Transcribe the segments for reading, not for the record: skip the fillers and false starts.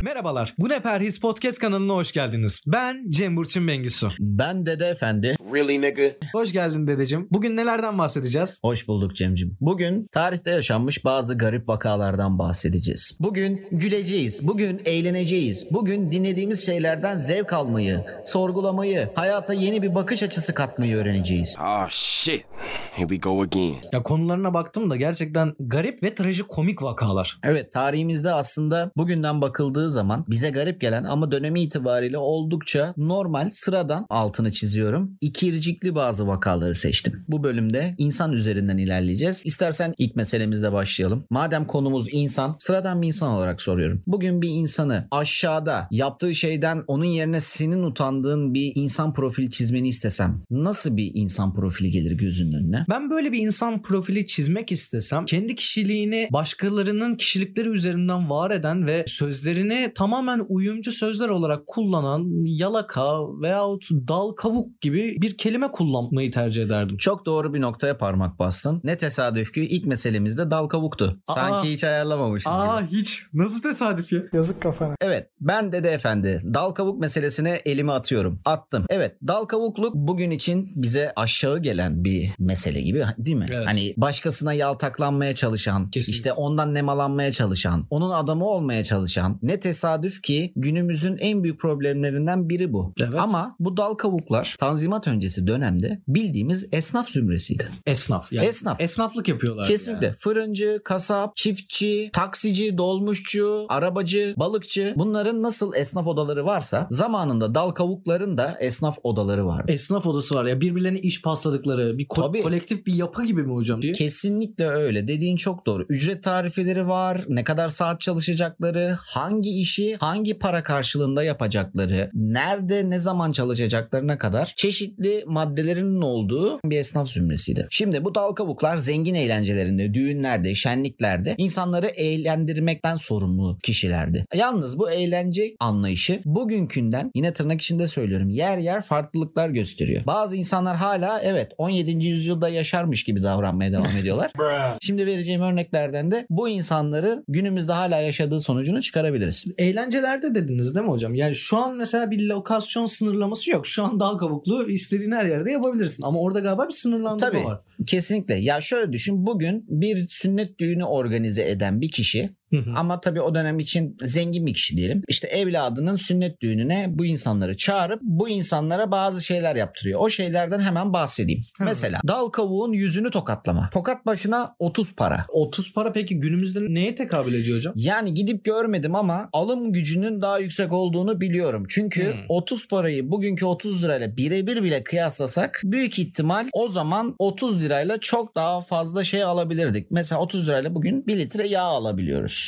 Merhabalar, Bu Ne Perhis Podcast kanalına hoş geldiniz. Ben Cem Burçin Bengüsü. Ben Dede Efendi. Really nigga? Hoş geldin dedeciğim. Bugün nelerden bahsedeceğiz? Hoş bulduk Cem'cim. Bugün tarihte yaşanmış bazı garip vakalardan bahsedeceğiz. Bugün güleceğiz, bugün eğleneceğiz. Bugün dinlediğimiz şeylerden zevk almayı, sorgulamayı, hayata yeni bir bakış açısı katmayı öğreneceğiz. Oh shit. Here we go again. Ya konularına baktım da gerçekten garip ve trajikomik vakalar. Evet, tarihimizde aslında bugünden bakıldığı zaman bize garip gelen ama dönemi itibariyle oldukça normal, sıradan, altını çiziyorum, ikircikli bazı vakaları seçtim. Bu bölümde insan üzerinden ilerleyeceğiz. İstersen ilk meselemizle başlayalım. Madem konumuz insan, sıradan bir insan olarak soruyorum. Bugün bir insanı aşağıda yaptığı şeyden onun yerine senin utandığın bir insan profili çizmeni istesem nasıl bir insan profili gelir gözünün önüne? Ben böyle bir insan profili çizmek istesem kendi kişiliğini başkalarının kişilikleri üzerinden var eden ve sözlerini tamamen uyumcu sözler olarak kullanan yalaka veyahut dal kavuk gibi bir kelime kullanmayı tercih ederdim. Çok doğru bir noktaya parmak bastın. Ne tesadüf ki ilk meselemizde dal kavuktu. Sanki hiç ayarlamamışız gibi. Hiç. Nasıl tesadüf ya? Yazık kafana. Evet, ben Dede Efendi dal kavuk meselesine elimi atıyorum. Attım. Evet, dal kavukluk bugün için bize aşağı gelen bir mesele gibi değil mi? Evet. Hani başkasına yaltaklanmaya çalışan, Kesinlikle. işte ondan nemalanmaya çalışan, onun adamı olmaya çalışan, ne tesadüf ki günümüzün en büyük problemlerinden biri bu. Evet. Ama bu dal kavuklar Tanzimat öncesi dönemde bildiğimiz esnaf zümresiydi. Esnaf. Yani Esnaf. Esnaflık yapıyorlar. Kesinlikle. Yani. Fırıncı, kasap, çiftçi, taksici, dolmuşçu, arabacı, balıkçı, bunların nasıl esnaf odaları varsa zamanında dal kavukların da esnaf odaları vardı. Esnaf odası var ya, birbirlerine iş pasladıkları bir Tabii. kolektif bir yapı gibi mi hocam? Kesinlikle öyle. Dediğin çok doğru. Ücret tarifeleri var. Ne kadar saat çalışacakları, hangi işi hangi para karşılığında yapacakları, nerede ne zaman çalışacaklarına kadar çeşitli maddelerinin olduğu bir esnaf zümresiydi. Şimdi bu dal kavuklar zengin eğlencelerinde, düğünlerde, şenliklerde insanları eğlendirmekten sorumlu kişilerdi. Yalnız bu eğlence anlayışı bugünkünden, yine tırnak içinde söylüyorum, yer yer farklılıklar gösteriyor. Bazı insanlar hala evet 17. yüzyılda yaşarmış gibi davranmaya devam ediyorlar. Şimdi vereceğim örneklerden de bu insanların günümüzde hala yaşadığı sonucunu çıkarabiliriz. Eğlencelerde dediniz değil mi hocam? Yani şu an mesela bir lokasyon sınırlaması yok. Şu an dal kavuklu istediğin her yerde yapabilirsin. Ama orada galiba bir sınırlandırma Tabii. var. Kesinlikle. Ya şöyle düşün, bugün bir sünnet düğünü organize eden bir kişi, ama tabii o dönem için zengin bir kişi diyelim, İşte evladının sünnet düğününe bu insanları çağırıp bu insanlara bazı şeyler yaptırıyor. O şeylerden hemen bahsedeyim. Mesela dal kavuğun yüzünü tokatlama. Tokat başına 30 para. 30 para peki günümüzde neye tekabül ediyor hocam? Yani gidip görmedim ama alım gücünün daha yüksek olduğunu biliyorum. Çünkü 30 parayı bugünkü 30 lirayla birebir bile kıyaslasak büyük ihtimal o zaman 30 lirayla çok daha fazla şey alabilirdik. Mesela 30 lirayla bugün 1 litre yağ alabiliyoruz.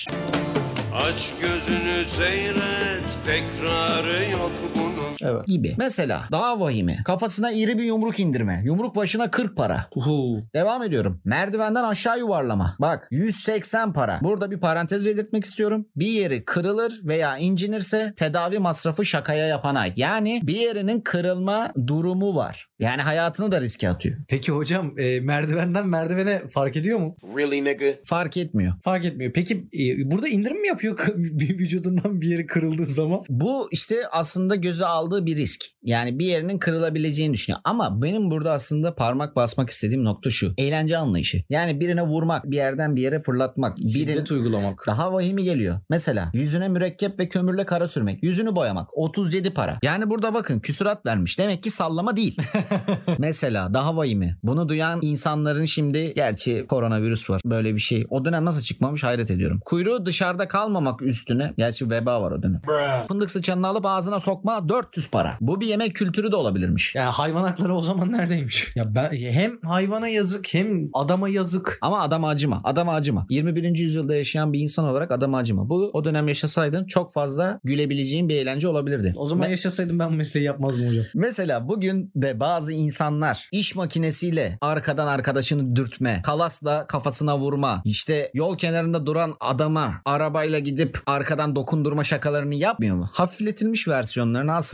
Aç gözünü seyret, tekrarı yok bunun. Evet. Gibi. Mesela daha vahimi. Kafasına iri bir yumruk indirme. Yumruk başına 40 para. Devam ediyorum. Merdivenden aşağı yuvarlama. Bak 180 para. Burada bir parantez belirtmek istiyorum. Bir yeri kırılır veya incinirse tedavi masrafı şakaya yapana ait. Yani bir yerinin kırılma durumu var. Yani hayatını da riske atıyor. Peki hocam merdivenden merdivene fark ediyor mu? Really nigga? Fark etmiyor. Fark etmiyor. Peki burada indirim mi yapıyor vücudundan bir yeri kırıldığı zaman? Bu işte aslında göze aldığı bir risk. Yani bir yerinin kırılabileceğini düşünüyor. Ama benim burada aslında parmak basmak istediğim nokta şu. Eğlence anlayışı. Yani birine vurmak, bir yerden bir yere fırlatmak, Şiddet uygulamak. daha vahimi geliyor. Mesela yüzüne mürekkep ve kömürle kara sürmek, yüzünü boyamak 37 para. Yani burada bakın küsurat vermiş. Demek ki sallama değil. Mesela daha vahimi. Bunu duyan insanların şimdi, gerçi koronavirüs var, böyle bir şey. O dönem nasıl çıkmamış hayret ediyorum. Kuyruğu dışarıda kalmamak üstüne, gerçi veba var o dönem. Fındık sıçanını alıp ağzına sokma 400 para. Bu bir yemek kültürü de olabilirmiş. Yani hayvan hakları o zaman neredeymiş? Ya ben hem hayvana yazık hem adama yazık. Ama adama acıma. Adama acıma. 21. yüzyılda yaşayan bir insan olarak adama acıma. Bu o dönem yaşasaydın çok fazla gülebileceğin bir eğlence olabilirdi. O zaman yaşasaydım ben bu mesleği yapmazdım hocam. Mesela bugün de bazı insanlar iş makinesiyle arkadan arkadaşını dürtme, kalasla kafasına vurma, işte yol kenarında duran adama arabayla gidip arkadan dokundurma şakalarını yapmıyor mu? Hafifletilmiş versiyonlarını aslında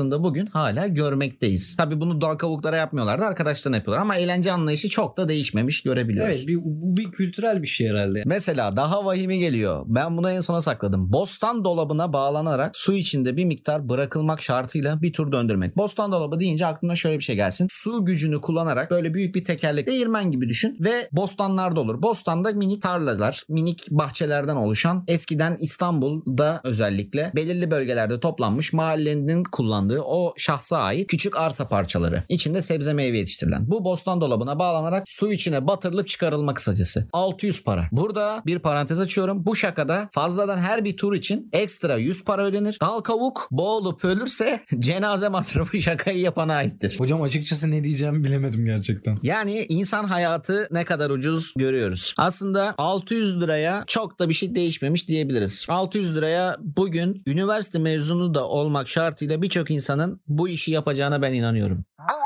aslında bugün hala görmekteyiz. Tabii bunu dal kavuklara yapmıyorlardı, arkadaşlarına yapıyorlar ama eğlence anlayışı çok da değişmemiş, görebiliyoruz. Evet, bu bir kültürel bir şey herhalde. Mesela daha vahimi geliyor. Ben bunu en sona sakladım. Bostan dolabına bağlanarak su içinde bir miktar bırakılmak şartıyla bir tur döndürmek. Bostan dolabı deyince aklına şöyle bir şey gelsin. Su gücünü kullanarak böyle büyük bir tekerlek, değirmen gibi düşün ve bostanlarda olur. Bostanda minik tarlalar, minik bahçelerden oluşan, eskiden İstanbul'da özellikle belirli bölgelerde toplanmış mahallenin kullandığı o şahsa ait küçük arsa parçaları. İçinde sebze meyve yetiştirilen. Bu bostan dolabına bağlanarak su içine batırılıp çıkarılma kısacası. 600 para. Burada bir parantez açıyorum. Bu şakada fazladan her bir tur için ekstra 100 para ödenir. Dal kavuk boğulup ölürse cenaze masrafı şakayı yapana aittir. Hocam açıkçası ne diyeceğimi bilemedim gerçekten. Yani insan hayatı ne kadar ucuz görüyoruz. Aslında 600 liraya çok da bir şey değişmemiş diyebiliriz. 600 liraya bugün üniversite mezunu da olmak şartıyla birçok insanın bu işi yapacağına ben inanıyorum.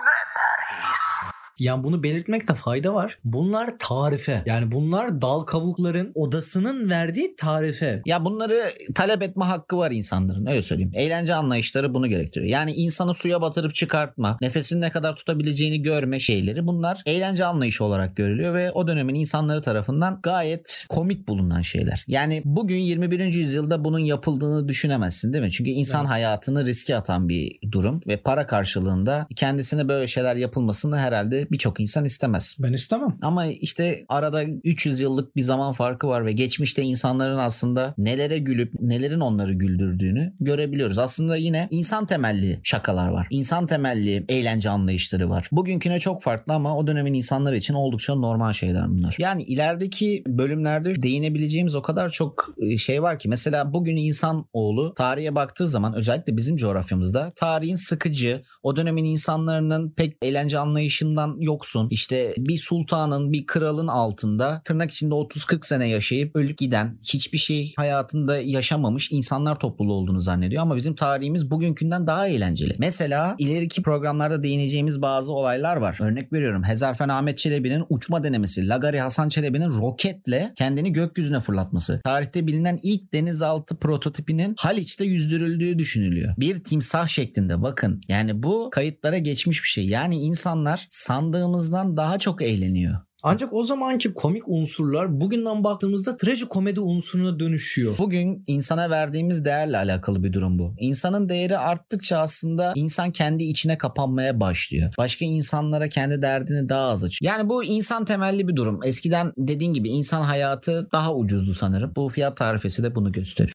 Yani bunu belirtmekte fayda var. Bunlar tarife. Yani bunlar dal kavukların odasının verdiği tarife. Ya bunları talep etme hakkı var insanların, öyle söyleyeyim. Eğlence anlayışları bunu gerektiriyor. Yani insanı suya batırıp çıkartma, nefesini ne kadar tutabileceğini görme şeyleri, bunlar eğlence anlayışı olarak görülüyor ve o dönemin insanları tarafından gayet komik bulunan şeyler. Yani bugün 21. yüzyılda bunun yapıldığını düşünemezsin değil mi? Çünkü insan hayatını riske atan bir durum ve para karşılığında kendisine böyle şeyler yapılmasını herhalde birçok insan istemez. Ben istemem. Ama işte arada 300 yıllık bir zaman farkı var ve geçmişte insanların aslında nelere gülüp nelerin onları güldürdüğünü görebiliyoruz. Aslında yine insan temelli şakalar var. İnsan temelli eğlence anlayışları var. Bugünküne çok farklı ama o dönemin insanları için oldukça normal şeyler bunlar. Yani ilerideki bölümlerde değinebileceğimiz o kadar çok şey var ki. Mesela bugün insanoğlu tarihe baktığı zaman, özellikle bizim coğrafyamızda, tarihin sıkıcı, o dönemin insanların pek eğlence anlayışından yoksun, işte bir sultanın, bir kralın altında tırnak içinde 30-40 sene yaşayıp ölüp giden, hiçbir şey hayatında yaşamamış insanlar topluluğu olduğunu zannediyor ama bizim tarihimiz bugünkünden daha eğlenceli. Mesela ileriki programlarda değineceğimiz bazı olaylar var. Örnek veriyorum, Hezarfen Ahmet Çelebi'nin uçma denemesi, Lagari Hasan Çelebi'nin roketle kendini gökyüzüne fırlatması, tarihte bilinen ilk denizaltı prototipinin Haliç'te yüzdürüldüğü düşünülüyor. Bir timsah şeklinde, bakın. Yani bu kayıtlara geçmiş bir şey. Yani insanlar sandığımızdan daha çok eğleniyor. Ancak o zamanki komik unsurlar bugünden baktığımızda trajikomedi unsuruna dönüşüyor. Bugün insana verdiğimiz değerle alakalı bir durum bu. İnsanın değeri arttıkça aslında insan kendi içine kapanmaya başlıyor. Başka insanlara kendi derdini daha az açıyor. Yani bu insan temelli bir durum. Eskiden dediğin gibi insan hayatı daha ucuzdu sanırım. Bu fiyat tarifesi de bunu gösteriyor.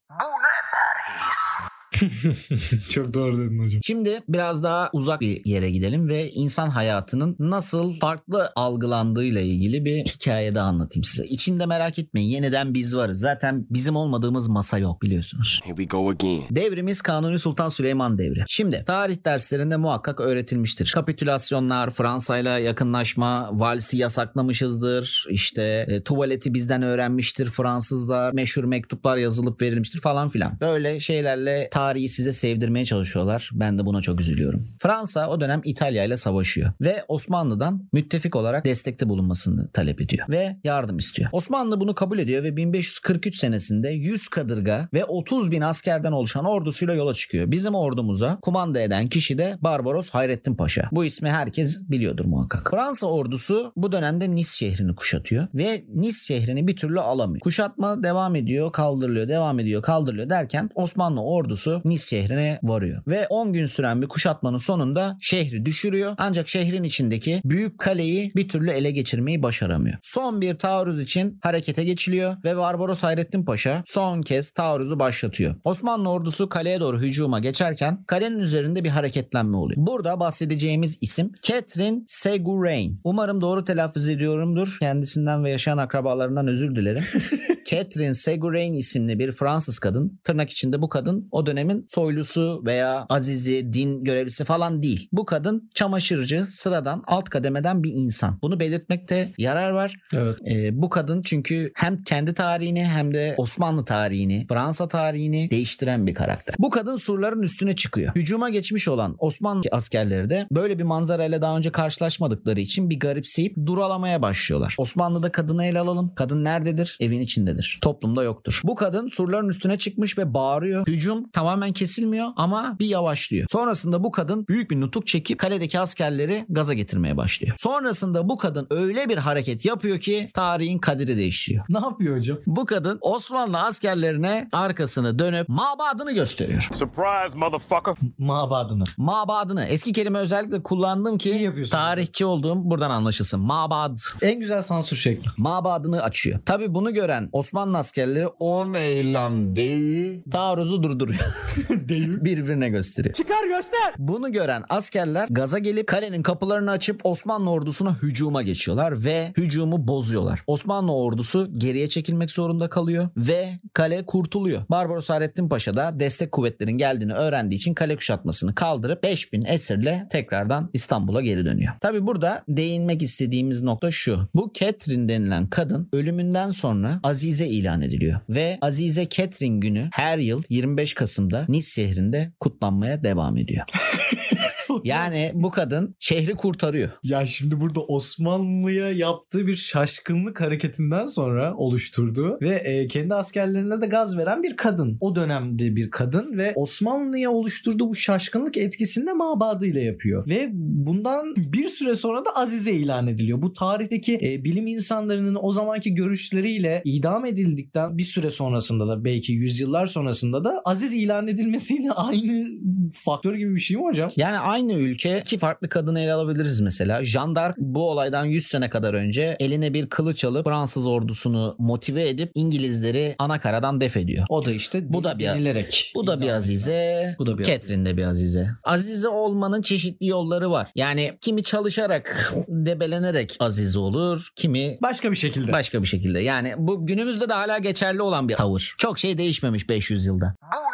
Çok doğru dedin hocam. Şimdi biraz daha uzak bir yere gidelim ve insan hayatının nasıl farklı algılandığıyla ilgili bir hikaye de anlatayım size. İçinde merak etmeyin, yeniden biz varız. Zaten bizim olmadığımız masa yok, biliyorsunuz. Here we go again. Devrimiz Kanuni Sultan Süleyman devri. Şimdi tarih derslerinde muhakkak öğretilmiştir. Kapitülasyonlar, Fransa'yla yakınlaşma, valsi yasaklamışızdır. İşte tuvaleti bizden öğrenmiştir Fransızlar, meşhur mektuplar yazılıp verilmiştir falan filan. Böyle şeylerle tarihi size sevdirmeye çalışıyorlar. Ben de buna çok üzülüyorum. Fransa o dönem İtalya ile savaşıyor ve Osmanlı'dan müttefik olarak destekte bulunmasını talep ediyor ve yardım istiyor. Osmanlı bunu kabul ediyor ve 1543 senesinde 100 kadırga ve 30 bin askerden oluşan ordusuyla yola çıkıyor. Bizim ordumuza kumanda eden kişi de Barbaros Hayrettin Paşa. Bu ismi herkes biliyordur muhakkak. Fransa ordusu bu dönemde Nice şehrini kuşatıyor ve Nice şehrini bir türlü alamıyor. Kuşatma devam ediyor, kaldırılıyor, devam ediyor, kaldırılıyor derken Osmanlı ordusu Nice şehrine varıyor ve 10 gün süren bir kuşatmanın sonunda şehri düşürüyor. Ancak şehrin içindeki büyük kaleyi bir türlü ele geçirmeyi başaramıyor. Son bir taarruz için harekete geçiliyor ve Barbaros Hayrettin Paşa son kez taarruzu başlatıyor. Osmanlı ordusu kaleye doğru hücuma geçerken kalenin üzerinde bir hareketlenme oluyor. Burada bahsedeceğimiz isim Catherine Ségourin. Umarım doğru telaffuz ediyorumdur. Kendisinden ve yaşayan akrabalarından özür dilerim. Catherine Ségourin isimli bir Fransız kadın. Tırnak içinde bu kadın o dönemin soylusu veya azizi, din görevlisi falan değil. Bu kadın çamaşırcı, sıradan alt kademeden bir insan. Bunu belirtmekte yarar var. Evet. Bu kadın çünkü hem kendi tarihini hem de Osmanlı tarihini, Fransa tarihini değiştiren bir karakter. Bu kadın surların üstüne çıkıyor. Hücuma geçmiş olan Osmanlı askerleri de böyle bir manzarayla daha önce karşılaşmadıkları için bir garipseyip duralamaya başlıyorlar. Osmanlı'da kadını ele alalım. Kadın nerededir? Evin içindedir. öyledir. Toplumda yoktur. Bu kadın surların üstüne çıkmış ve bağırıyor. Hücum tamamen kesilmiyor ama bir yavaşlıyor. Sonrasında bu kadın büyük bir nutuk çekip kaledeki askerleri gaza getirmeye başlıyor. Sonrasında bu kadın öyle bir hareket yapıyor ki tarihin kaderi değişiyor. Ne yapıyor hocam? Bu kadın Osmanlı askerlerine arkasını dönüp mabadını gösteriyor. Surprise, motherfucker. Mabadını. Mabadını. Eski kelime özellikle kullandım ki İyi yapıyorsun. tarihçi olduğum buradan anlaşılsın. Mabad. En güzel sansür şekli. Mabadını açıyor. Tabii bunu gören Osmanlı askerleri O ne lan değil? taarruzu durduruyor. Birbirine gösteriyor. Çıkar göster. Bunu gören askerler gaza gelip kalenin kapılarını açıp Osmanlı ordusuna hücuma geçiyorlar ve hücumu bozuyorlar. Osmanlı ordusu geriye çekilmek zorunda kalıyor ve kale kurtuluyor. Barbaros Hayrettin Paşa da destek kuvvetlerin geldiğini öğrendiği için kale kuşatmasını kaldırıp 5000 esirle tekrardan İstanbul'a geri dönüyor. Tabii burada değinmek istediğimiz nokta şu. Bu Catherine denilen kadın ölümünden sonra Azize ilan ediliyor ve Azize Catherine günü her yıl 25 Kasım'da Nice şehrinde kutlanmaya devam ediyor. Yani bu kadın şehri kurtarıyor. Ya şimdi burada Osmanlı'ya yaptığı bir şaşkınlık hareketinden sonra oluşturduğu ve kendi askerlerine de gaz veren bir kadın. O dönemde bir kadın ve Osmanlı'ya oluşturduğu bu şaşkınlık etkisini de mabadıyla yapıyor. Ve bundan bir süre sonra da Azize ilan ediliyor. Bu tarihteki bilim insanlarının o zamanki görüşleriyle idam edildikten bir süre sonrasında da belki yüzyıllar sonrasında da Aziz ilan edilmesiyle aynı faktör gibi bir şey mi hocam? Yani aynı ülke iki farklı kadını ele alabiliriz mesela. Jeanne d'Arc bu olaydan 100 sene kadar önce eline bir kılıç alıp Fransız ordusunu motive edip İngilizleri ana karadan def ediyor. O da işte Bu da bir denilerek. Bu da bir Azize. Bu da bir Catherine de bir Azize. Azize olmanın çeşitli yolları var. Yani kimi çalışarak, debelenerek Azize olur. Kimi Başka bir şekilde. başka bir şekilde. Yani bu günümüzde de hala geçerli olan bir tavır. Çok şey değişmemiş 500 yılda.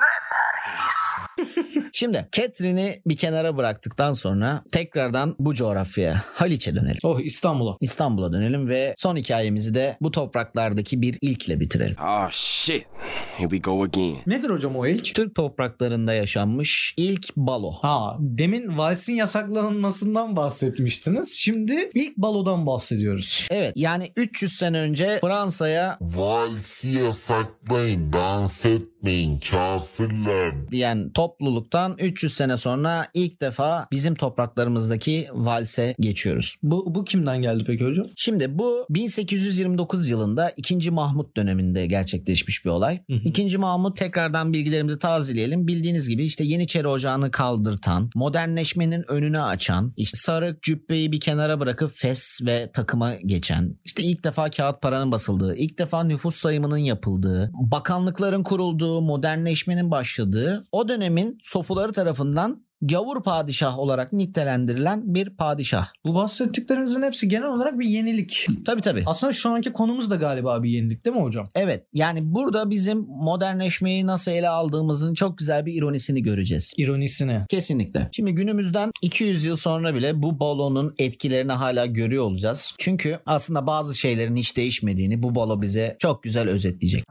Şimdi Catherine'i bir kenara bıraktıktan sonra tekrardan bu coğrafyaya, Haliç'e dönelim. Oh, İstanbul'a. İstanbul'a dönelim ve son hikayemizi de bu topraklardaki bir ilkle bitirelim. Oh shit. Here we go again. Nedir hocam o ilk? Türk topraklarında yaşanmış ilk balo. Demin valsin yasaklanmasından bahsetmiştiniz. Şimdi ilk balodan bahsediyoruz. Evet, yani 300 sene önce Fransa'ya Valsi yasaklayın, dans etmeyin kafirler. diyen topluluktan 300 sene sonra ilk defa bizim topraklarımızdaki valse geçiyoruz. Bu kimden geldi peki hocam? Şimdi bu 1829 yılında 2. Mahmut döneminde gerçekleşmiş bir olay. 2. Mahmut, tekrardan bilgilerimizi tazeleyelim. Bildiğiniz gibi işte Yeniçeri Ocağı'nı kaldırtan, modernleşmenin önünü açan, işte sarık cübbeyi bir kenara bırakıp fes ve takıma geçen, işte ilk defa kağıt paranın basıldığı, ilk defa nüfus sayımının yapıldığı, bakanlıkların kurulduğu, modernleşmenin başladığı, o dönemin sofuları tarafından gavur padişah olarak nitelendirilen bir padişah. Bu bahsettiklerinizin hepsi genel olarak bir yenilik. Tabii. Aslında şu anki konumuz da galiba bir yenilik değil mi hocam? Evet, yani burada bizim modernleşmeyi nasıl ele aldığımızın çok güzel bir ironisini göreceğiz. İronisini. Kesinlikle. Şimdi günümüzden 200 yıl sonra bile bu balonun etkilerini hala görüyor olacağız. Çünkü aslında bazı şeylerin hiç değişmediğini bu balo bize çok güzel özetleyecek.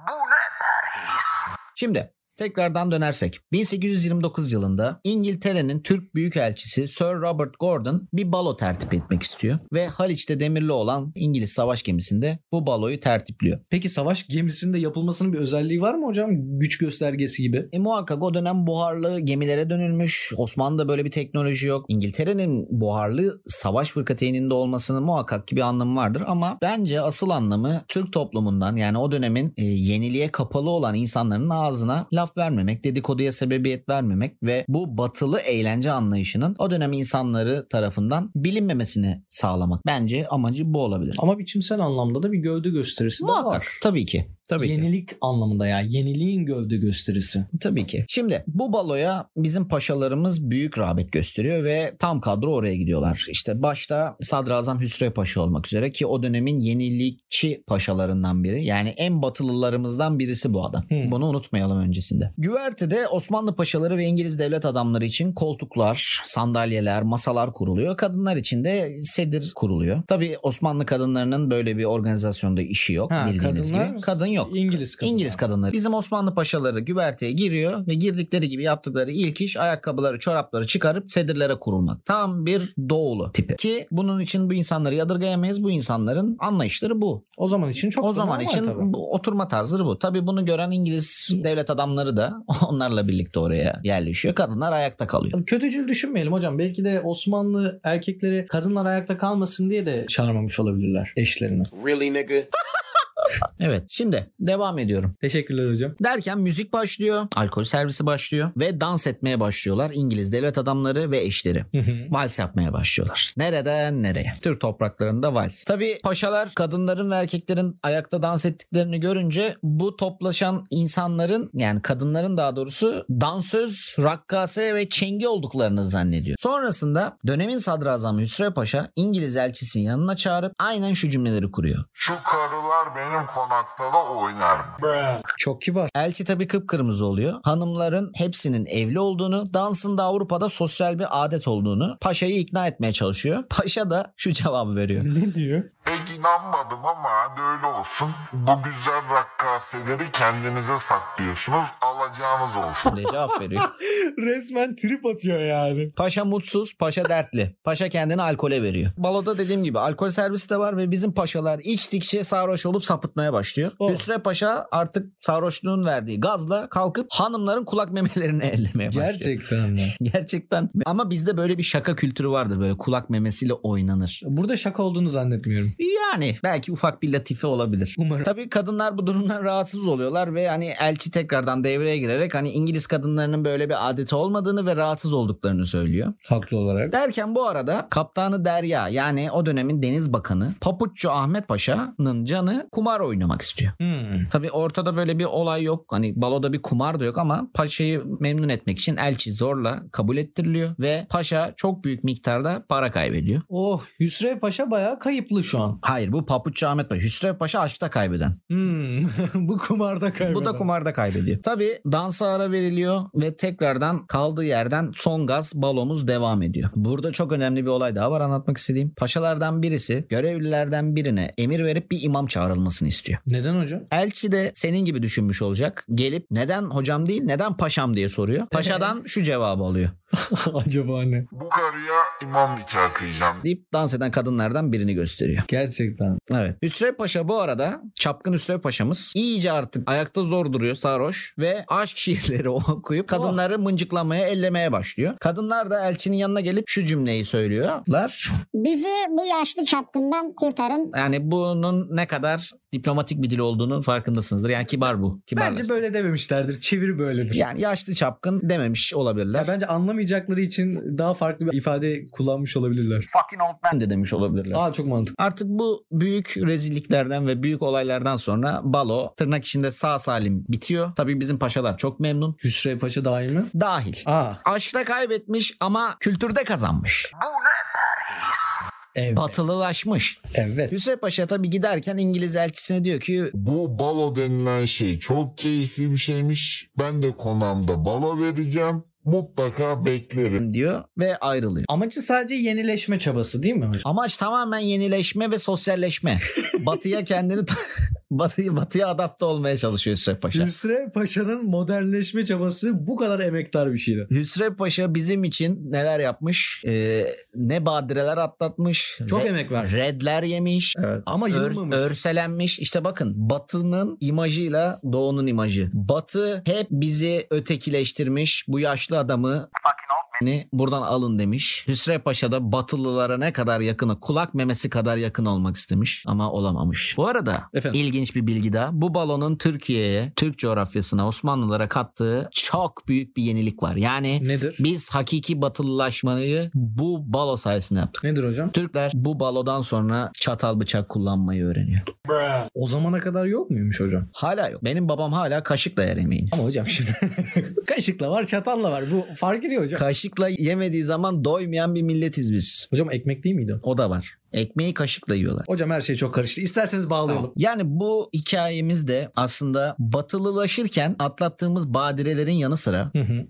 Şimdi tekrardan dönersek 1829 yılında İngiltere'nin Türk Büyükelçisi Sir Robert Gordon bir balo tertip etmek istiyor ve Haliç'te demirli olan İngiliz savaş gemisinde bu baloyu tertipliyor. Peki savaş gemisinde yapılmasının bir özelliği var mı hocam? Güç göstergesi gibi. Muhakkak o dönem buharlı gemilere dönülmüş. Osmanlı'da böyle bir teknoloji yok. İngiltere'nin buharlı savaş fırkateyninde olmasının muhakkak ki bir anlamı vardır ama bence asıl anlamı Türk toplumundan, yani o dönemin yeniliğe kapalı olan insanların ağzına laf vermemek, dedikoduya sebebiyet vermemek ve bu batılı eğlence anlayışının o dönem insanları tarafından bilinmemesini sağlamak. Bence amacı bu olabilir. Ama biçimsel anlamda da bir gövde gösterisi de var. Muhakkak. Tabii ki. Yenilik anlamında, ya yeniliğin gövde gösterisi. Tabii ki. Şimdi bu baloya bizim paşalarımız büyük rağbet gösteriyor ve tam kadro oraya gidiyorlar. İşte başta Sadrazam Hüsrev Paşa olmak üzere, ki o dönemin yenilikçi paşalarından biri. Yani en batılılarımızdan birisi bu adam. Bunu unutmayalım öncesinde. içerisinde. Güverte'de Osmanlı paşaları ve İngiliz devlet adamları için koltuklar, sandalyeler, masalar kuruluyor. Kadınlar için de sedir kuruluyor. Tabii Osmanlı kadınlarının böyle bir organizasyonda işi yok bildiğiniz gibi. Kadın yok. İngiliz kadınlar. İngiliz kadınları. Bizim Osmanlı paşaları güverteye giriyor ve girdikleri gibi yaptıkları ilk iş ayakkabıları, çorapları çıkarıp sedirlere kurulmak. Tam bir doğulu tipi. Ki bunun için bu insanları yadırgayamayız. Bu insanların anlayışları bu. O zaman için çok O zaman için oturma tarzları bu. Tabii bunu gören İngiliz devlet adamları da onlarla birlikte oraya yerleşiyor. Kadınlar ayakta kalıyor. Kötücül düşünmeyelim hocam. Belki de Osmanlı erkekleri kadınlar ayakta kalmasın diye de çağırmamış olabilirler eşlerini. Really, nigga? Evet, şimdi devam ediyorum. Teşekkürler hocam. Derken müzik başlıyor, alkol servisi başlıyor ve dans etmeye başlıyorlar İngiliz devlet adamları ve eşleri. Vals yapmaya başlıyorlar. Nereden nereye? Türk topraklarında vals. Tabii paşalar kadınların ve erkeklerin ayakta dans ettiklerini görünce bu toplaşan insanların, yani kadınların daha doğrusu, dansöz, rakkase ve çengi olduklarını zannediyor. Sonrasında dönemin sadrazamı Hüsrev Paşa İngiliz elçisinin yanına çağırıp aynen şu cümleleri kuruyor. Şu karılar benim konakta da oynar mı? Çok kibar. Elçi tabii kıpkırmızı oluyor. Hanımların hepsinin evli olduğunu, dansın da Avrupa'da sosyal bir adet olduğunu paşayı ikna etmeye çalışıyor. Paşa da şu cevabı veriyor. Ne diyor? Pek inanmadım ama hadi öyle olsun. Bu güzel rakkaseleri kendinize saklıyorsunuz. Alacağınız olsun. diye cevap veriyor. Resmen trip atıyor yani. Paşa mutsuz, paşa dertli. Paşa kendini alkole veriyor. Baloda dediğim gibi alkol servisi de var ve bizim paşalar içtikçe sarhoş olup sapıtmaya başlıyor. Hüsrev Paşa artık sarhoşluğun verdiği gazla kalkıp hanımların kulak memelerini ellemeye başlıyor. Gerçekten mi? Gerçekten. Ama bizde böyle bir şaka kültürü vardır. Böyle kulak memesiyle oynanır. Burada şaka olduğunu zannetmiyorum. Yani belki ufak bir latife olabilir. Umarım. Tabii kadınlar bu durumdan rahatsız oluyorlar ve hani elçi tekrardan devreye girerek hani İngiliz kadınlarının böyle bir adeti olmadığını ve rahatsız olduklarını söylüyor. Haklı olarak. Derken bu arada Kaptanı Derya, yani o dönemin Deniz Bakanı Papuççu Ahmet Paşa'nın canı kumar oynamak istiyor. Tabii ortada böyle bir olay yok. Hani baloda bir kumar da yok ama paşayı memnun etmek için elçi zorla kabul ettiriliyor ve paşa çok büyük miktarda para kaybediyor. Oh, Hüsrev Paşa bayağı kayıplı şu an. Hayır, bu Papuççu Ahmet Paşa. Hüsrev Paşa aşkta kaybeden. Bu kumarda kaybeden. Bu da kumarda kaybediyor. Tabii dansa ara veriliyor ve tekrardan kaldığı yerden son gaz balomuz devam ediyor. Burada çok önemli bir olay daha var anlatmak istediğim. Paşalardan birisi görevlilerden birine emir verip bir imam çağrılmasını istiyor. Neden hocam? Elçi de senin gibi düşünmüş olacak. Gelip neden hocam değil neden paşam diye soruyor. Paşadan şu cevabı alıyor. Acaba ne? Bu karıya imam nikahı kıyacağım. Deyip dans eden kadınlardan birini gösteriyor. Gerçekten. Evet. Hüsrev Paşa bu arada, çapkın Hüsrev Paşa'mız iyice artık ayakta zor duruyor, sarhoş ve aşk şiirleri okuyup kadınları mıncıklamaya, ellemeye başlıyor. Kadınlar da elçinin yanına gelip şu cümleyi söylüyorlar. Bizi bu yaşlı çapkından kurtarın. Yani bunun ne kadar diplomatik bir dil olduğunu farkındasınızdır. Yani kibar bu. Kibarlar. Bence böyle dememişlerdir. Çeviri böyledir. Yani yaşlı çapkın dememiş olabilirler. Ya bence anlamayacakları için daha farklı bir ifade kullanmış olabilirler. Fucking old man de demiş olabilirler. Aa, çok mantıklı. Artık bu büyük rezilliklerden ve büyük olaylardan sonra balo tırnak içinde sağ salim bitiyor. Tabii bizim paşalar çok memnun. Hüsrev Paşa dahil mi? Dahil. Aa. Aşkta kaybetmiş ama kültürde kazanmış. Evet. Batılılaşmış. Evet. Hüsrev Paşa tabii giderken İngiliz elçisine diyor ki Bu balo denilen şey çok keyifli bir şeymiş. Ben de konağımda balo vereceğim. Mutlaka beklerim diyor ve ayrılıyor. Amacı sadece yenileşme çabası değil mi hocam? Amaç tamamen yenileşme ve sosyalleşme. Batıya kendini batıya adapte olmaya çalışıyor Hüsrev Paşa. Hüsrev Paşa'nın modernleşme çabası bu kadar emektar bir şeydi. Hüsrev Paşa bizim için neler yapmış? Ne badireler atlatmış. Çok emek vermiş. Redler yemiş. Evet. Ama yılmamış. Örselenmiş. İşte bakın Batı'nın imajıyla Doğu'nun imajı. Batı hep bizi ötekileştirmiş. Bu yaşlı adamı buradan alın demiş. Hüsrev Paşa da Batılılara ne kadar yakını, kulak memesi kadar yakın olmak istemiş ama olamamış. Bu arada ilginç bir bilgi daha. Bu balonun Türkiye'ye, Türk coğrafyasına, Osmanlılara kattığı çok büyük bir yenilik var. Yani nedir? Biz hakiki batılılaşmayı bu balo sayesinde yaptık. Nedir hocam? Türkler bu balodan sonra çatal bıçak kullanmayı öğreniyor. O zamana kadar yok muymuş hocam? Hala yok. Benim babam hala kaşıkla yer yemeğini. Ama hocam şimdi kaşıkla var, çatalla var. Bu fark ediyor hocam. Kaşıkla yemediği zaman doymayan bir milletiz biz. Hocam ekmek değil miydi? O da var. Ekmeği kaşıkla yiyorlar. Hocam her şey çok karıştı. İsterseniz bağlayalım. Yani bu hikayemizde aslında batılılaşırken atlattığımız badirelerin yanı sıra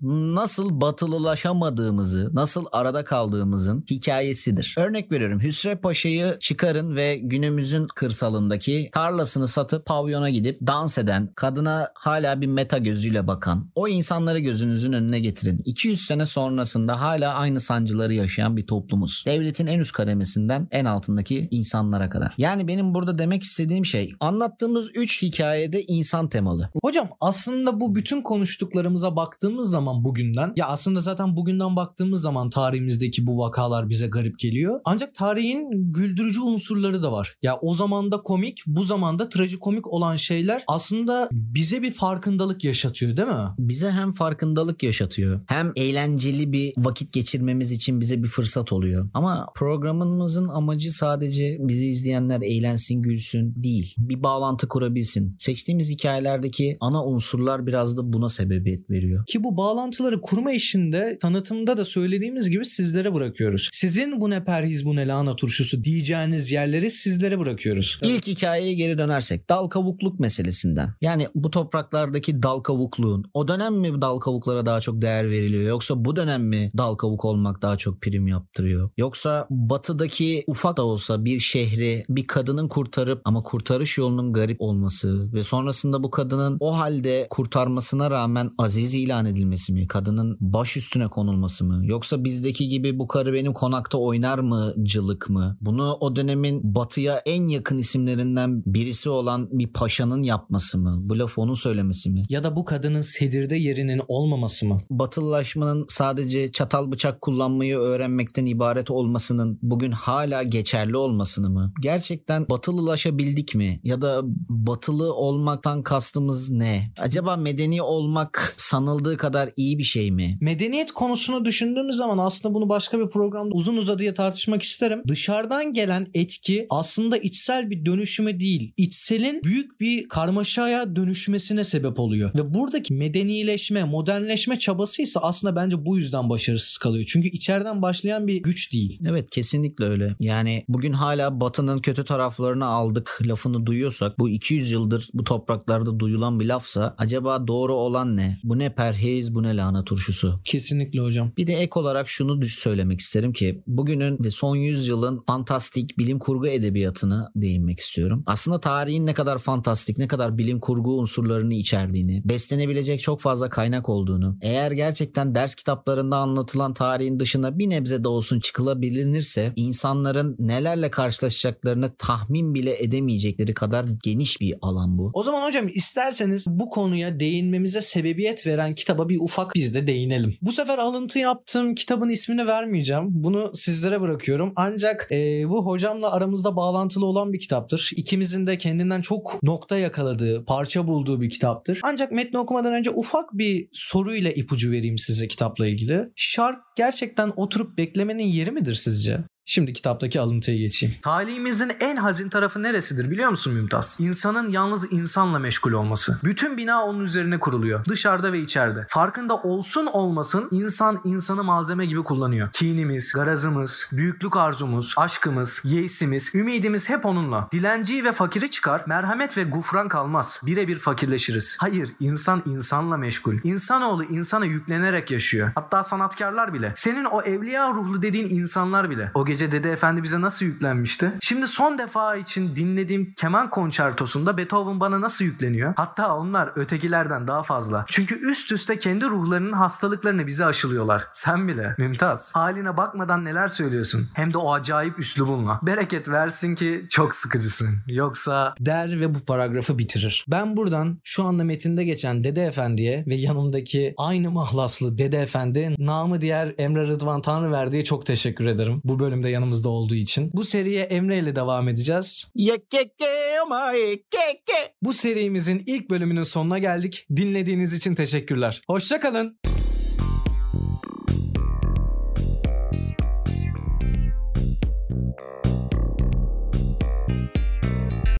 nasıl batılılaşamadığımızı, nasıl arada kaldığımızın hikayesidir. Örnek veriyorum, Hüsrev Paşa'yı çıkarın ve günümüzün kırsalındaki tarlasını satıp pavyona gidip dans eden, kadına hala bir meta gözüyle bakan, o insanları gözünüzün önüne getirin. 200 sene sonrasında hala aynı sancıları yaşayan bir toplumuz. Devletin en üst kademesinden en altındaki insanlara kadar. Yani benim burada demek istediğim şey, anlattığımız 3 hikayede insan temalı. Hocam aslında bu bütün konuştuklarımıza baktığımız zaman bugünden, ya aslında zaten bugünden baktığımız zaman tarihimizdeki bu vakalar bize garip geliyor. Ancak tarihin güldürücü unsurları da var. Ya o zamanda komik, bu zamanda trajikomik olan şeyler aslında bize bir farkındalık yaşatıyor, değil mi? Bize hem farkındalık yaşatıyor, hem eğlenceli bir vakit geçirmemiz için bize bir fırsat oluyor. Ama programımızın amacı sadece bizi izleyenler eğlensin, gülsün değil. Bir bağlantı kurabilsin. Seçtiğimiz hikayelerdeki ana unsurlar biraz da buna sebebiyet veriyor. Ki bu bağlantıları kurma işinde, tanıtımda da söylediğimiz gibi sizlere bırakıyoruz. Sizin bu ne perhiz bu ne lahana turşusu diyeceğiniz yerleri sizlere bırakıyoruz. İlk hikayeye geri dönersek, dal kavukluk meselesinden. Yani bu topraklardaki dal kavukluğun, o dönem mi dal kavuklara daha çok değer veriliyor, yoksa bu dönem mi dal kavuk olmak daha çok prim yaptırıyor? Yoksa batıdaki ufak da olsa bir şehri bir kadının kurtarıp ama kurtarış yolunun garip olması ve sonrasında bu kadının o halde kurtarmasına rağmen aziz ilan edilmesi mi? Kadının baş üstüne konulması mı? Yoksa bizdeki gibi bu karı benim konakta oynar mı?cılık mı? Bunu o dönemin batıya en yakın isimlerinden birisi olan bir paşanın yapması mı? Bu laf onun söylemesi mi? Ya da bu kadının sedirde yerinin olmaması mı? Batılılaşmanın sadece çatal bıçak kullanmayı öğrenmekten ibaret olmasının bugün hala geçerli olmasını mı? Gerçekten batılılaşabildik mi? Ya da batılı olmaktan kastımız ne? Acaba medeni olmak sanıldığı kadar iyi bir şey mi? Medeniyet konusunu düşündüğümüz zaman aslında bunu başka bir programda uzun uzadıya tartışmak isterim. Dışarıdan gelen etki aslında içsel bir dönüşüme değil, içselin büyük bir karmaşaya dönüşmesine sebep oluyor. Ve buradaki medenileşme, modernleşme çabası ise aslında bence bu yüzden başarısız kalıyor. Çünkü içeriden başlayan bir güç değil. Evet, kesinlikle öyle. Yani bugün hala Batı'nın kötü taraflarını aldık lafını duyuyorsak, bu 200 yıldır bu topraklarda duyulan bir lafsa, acaba doğru olan ne? Bu ne perhiz, bu ne lahana turşusu? Kesinlikle hocam. Bir de ek olarak şunu söylemek isterim ki, bugünün ve son 100 yılın fantastik bilim kurgu edebiyatına değinmek istiyorum. Aslında tarihin ne kadar fantastik, ne kadar bilim kurgu unsurlarını içerdiğini, beslenebilecek çok fazla kaynak olduğunu, eğer gerçekten ders kitaplarında anlatılan tarihin dışına bir nebze de olsun çıkılabilinirse, insanların nelerle karşılaşacaklarını tahmin bile edemeyecekleri kadar geniş bir alan bu. O zaman hocam isterseniz bu konuya değinmemize sebebiyet veren kitaba bir ufak biz de değinelim. Bu sefer alıntı yaptığım kitabın ismini vermeyeceğim. Bunu sizlere bırakıyorum. Ancak bu hocamla aramızda bağlantılı olan bir kitaptır. İkimizin de kendinden çok nokta yakaladığı, parça bulduğu bir kitaptır. Ancak metni okumadan önce ufak bir soruyla ipucu vereyim size kitapla ilgili. Şark gerçekten oturup beklemenin yeri midir sizce? Şimdi kitaptaki alıntıya geçeyim. Talihimizin en hazin tarafı neresidir biliyor musun Mümtaz? İnsanın yalnız insanla meşgul olması. Bütün bina onun üzerine kuruluyor. Dışarıda ve içeride. Farkında olsun olmasın insan insanı malzeme gibi kullanıyor. Kinimiz, garazımız, büyüklük arzumuz, aşkımız, yeisimiz, ümidimiz hep onunla. Dilenciyi ve fakiri çıkar, merhamet ve gufran kalmaz. Birebir fakirleşiriz. Hayır, insan insanla meşgul. İnsanoğlu insana yüklenerek yaşıyor. Hatta sanatkarlar bile. Senin o evliya ruhlu dediğin insanlar bile. O gece Dede Efendi bize nasıl yüklenmişti? Şimdi son defa için dinlediğim keman konçertosunda Beethoven bana nasıl yükleniyor? Hatta onlar ötekilerden daha fazla. Çünkü üst üste kendi ruhlarının hastalıklarını bize aşılıyorlar. Sen bile Mümtaz. Haline bakmadan neler söylüyorsun? Hem de o acayip üslubunla. Bereket versin ki çok sıkıcısın. Yoksa der ve bu paragrafı bitirir. Ben buradan şu anda metinde geçen Dede Efendi'ye ve yanımdaki aynı mahlaslı Dede Efendi, namı diğer Emre Rıdvan Tanrıverdi'ye çok teşekkür ederim. Bu bölümde yanımızda olduğu için. Bu seriye Emre ile devam edeceğiz. Bu serimizin ilk bölümünün sonuna geldik. Dinlediğiniz için teşekkürler. Hoşça kalın.